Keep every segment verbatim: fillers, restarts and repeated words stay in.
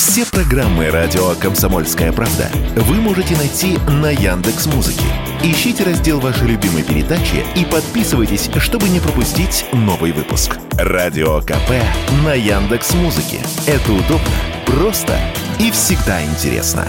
Все программы радио «Комсомольская правда» вы можете найти на Яндекс.Музыке. Ищите раздел вашей любимой передачи и подписывайтесь, чтобы не пропустить новый выпуск. Радио КП на Яндекс.Музыке. Это удобно, просто и всегда интересно.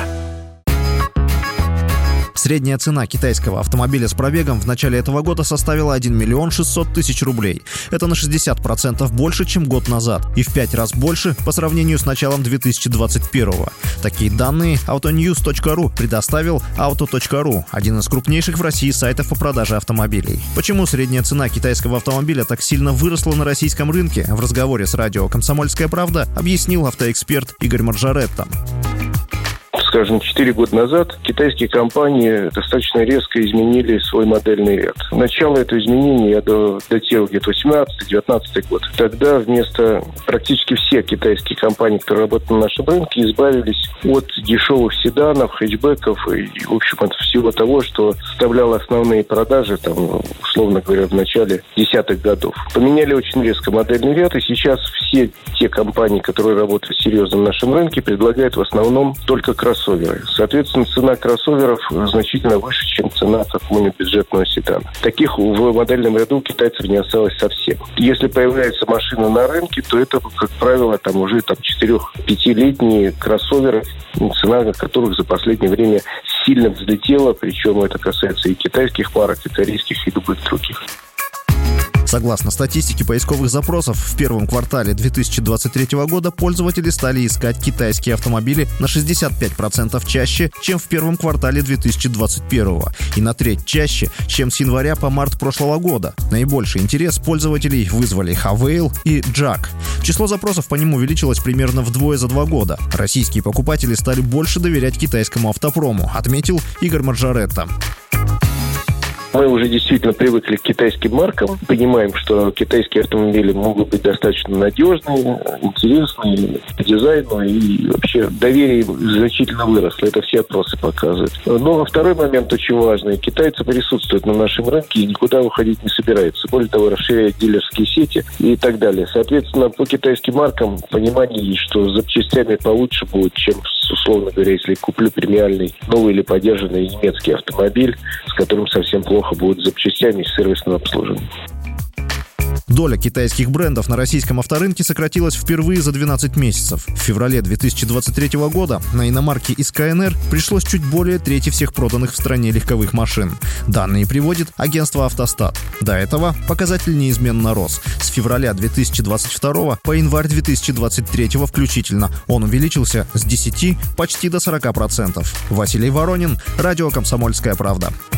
Средняя цена китайского автомобиля с пробегом в начале этого года составила один миллион шестьсот тысяч рублей. Это на шестьдесят процентов больше, чем год назад, и в пять раз больше по сравнению с началом две тысячи двадцать первого. Такие данные autonews точка ру предоставил auto точка ру, один из крупнейших в России сайтов по продаже автомобилей. Почему средняя цена китайского автомобиля так сильно выросла на российском рынке, в разговоре с радио «Комсомольская правда» объяснил автоэксперт Игорь Маржаретта. Скажем, четыре года назад китайские компании достаточно резко изменили свой модельный ряд. Начало этого изменения я датировал где-то восемнадцатый-девятнадцатый год. Тогда вместо практически всех китайских компаний, которые работают на нашем рынке, избавились от дешевых седанов, хэтчбеков и, в общем, от всего того, что составляло основные продажи, там, условно говоря, в начале десятых годов. Поменяли очень резко модельный ряд, и сейчас все те компании, которые работают серьезно на нашем рынке, предлагают в основном только кроссоверы. Соответственно, цена кроссоверов значительно выше, чем цена какого-нибудь бюджетного седана. Таких в модельном ряду у китайцев не осталось совсем. Если появляется машина на рынке, то это, как правило, там уже там, четыре-пятилетние кроссоверы, цена которых за последнее время сильно взлетела, причем это касается и китайских марок, и корейских, и любых других. Согласно статистике поисковых запросов, в первом квартале две тысячи двадцать третьего года пользователи стали искать китайские автомобили на шестьдесят пять процентов чаще, чем в первом квартале две тысячи двадцать первого, и на треть чаще, чем с января по март прошлого года. Наибольший интерес пользователей вызвали Хавейл и Джак. Число запросов по ним увеличилось примерно вдвое за два года. Российские покупатели стали больше доверять китайскому автопрому, отметил Игорь Маржаретта. Мы уже действительно привыкли к китайским маркам, понимаем, что китайские автомобили могут быть достаточно надежные, интересные по дизайну, и вообще доверие значительно выросло. Это все опросы показывают. Но второй момент очень важный. Китайцы присутствуют на нашем рынке и никуда уходить не собираются. Более того, расширяют дилерские сети и так далее. Соответственно, по китайским маркам понимание есть, что с запчастями получше будет, чем, условно говоря, если куплю премиальный новый или подержанный немецкий автомобиль, с которым совсем плохо будут с запчастями и сервисным обслуживанием. Доля китайских брендов на российском авторынке сократилась впервые за двенадцать месяцев. В феврале две тысячи двадцать третьего года на иномарки из ка эн эр пришлось чуть более трети всех проданных в стране легковых машин. Данные приводит агентство «Автостат». До этого показатель неизменно рос. С февраля две тысячи двадцать второго по январь две тысячи двадцать третьего включительно он увеличился с десяти почти до сорока процентов. Василий Воронин, радио «Комсомольская правда».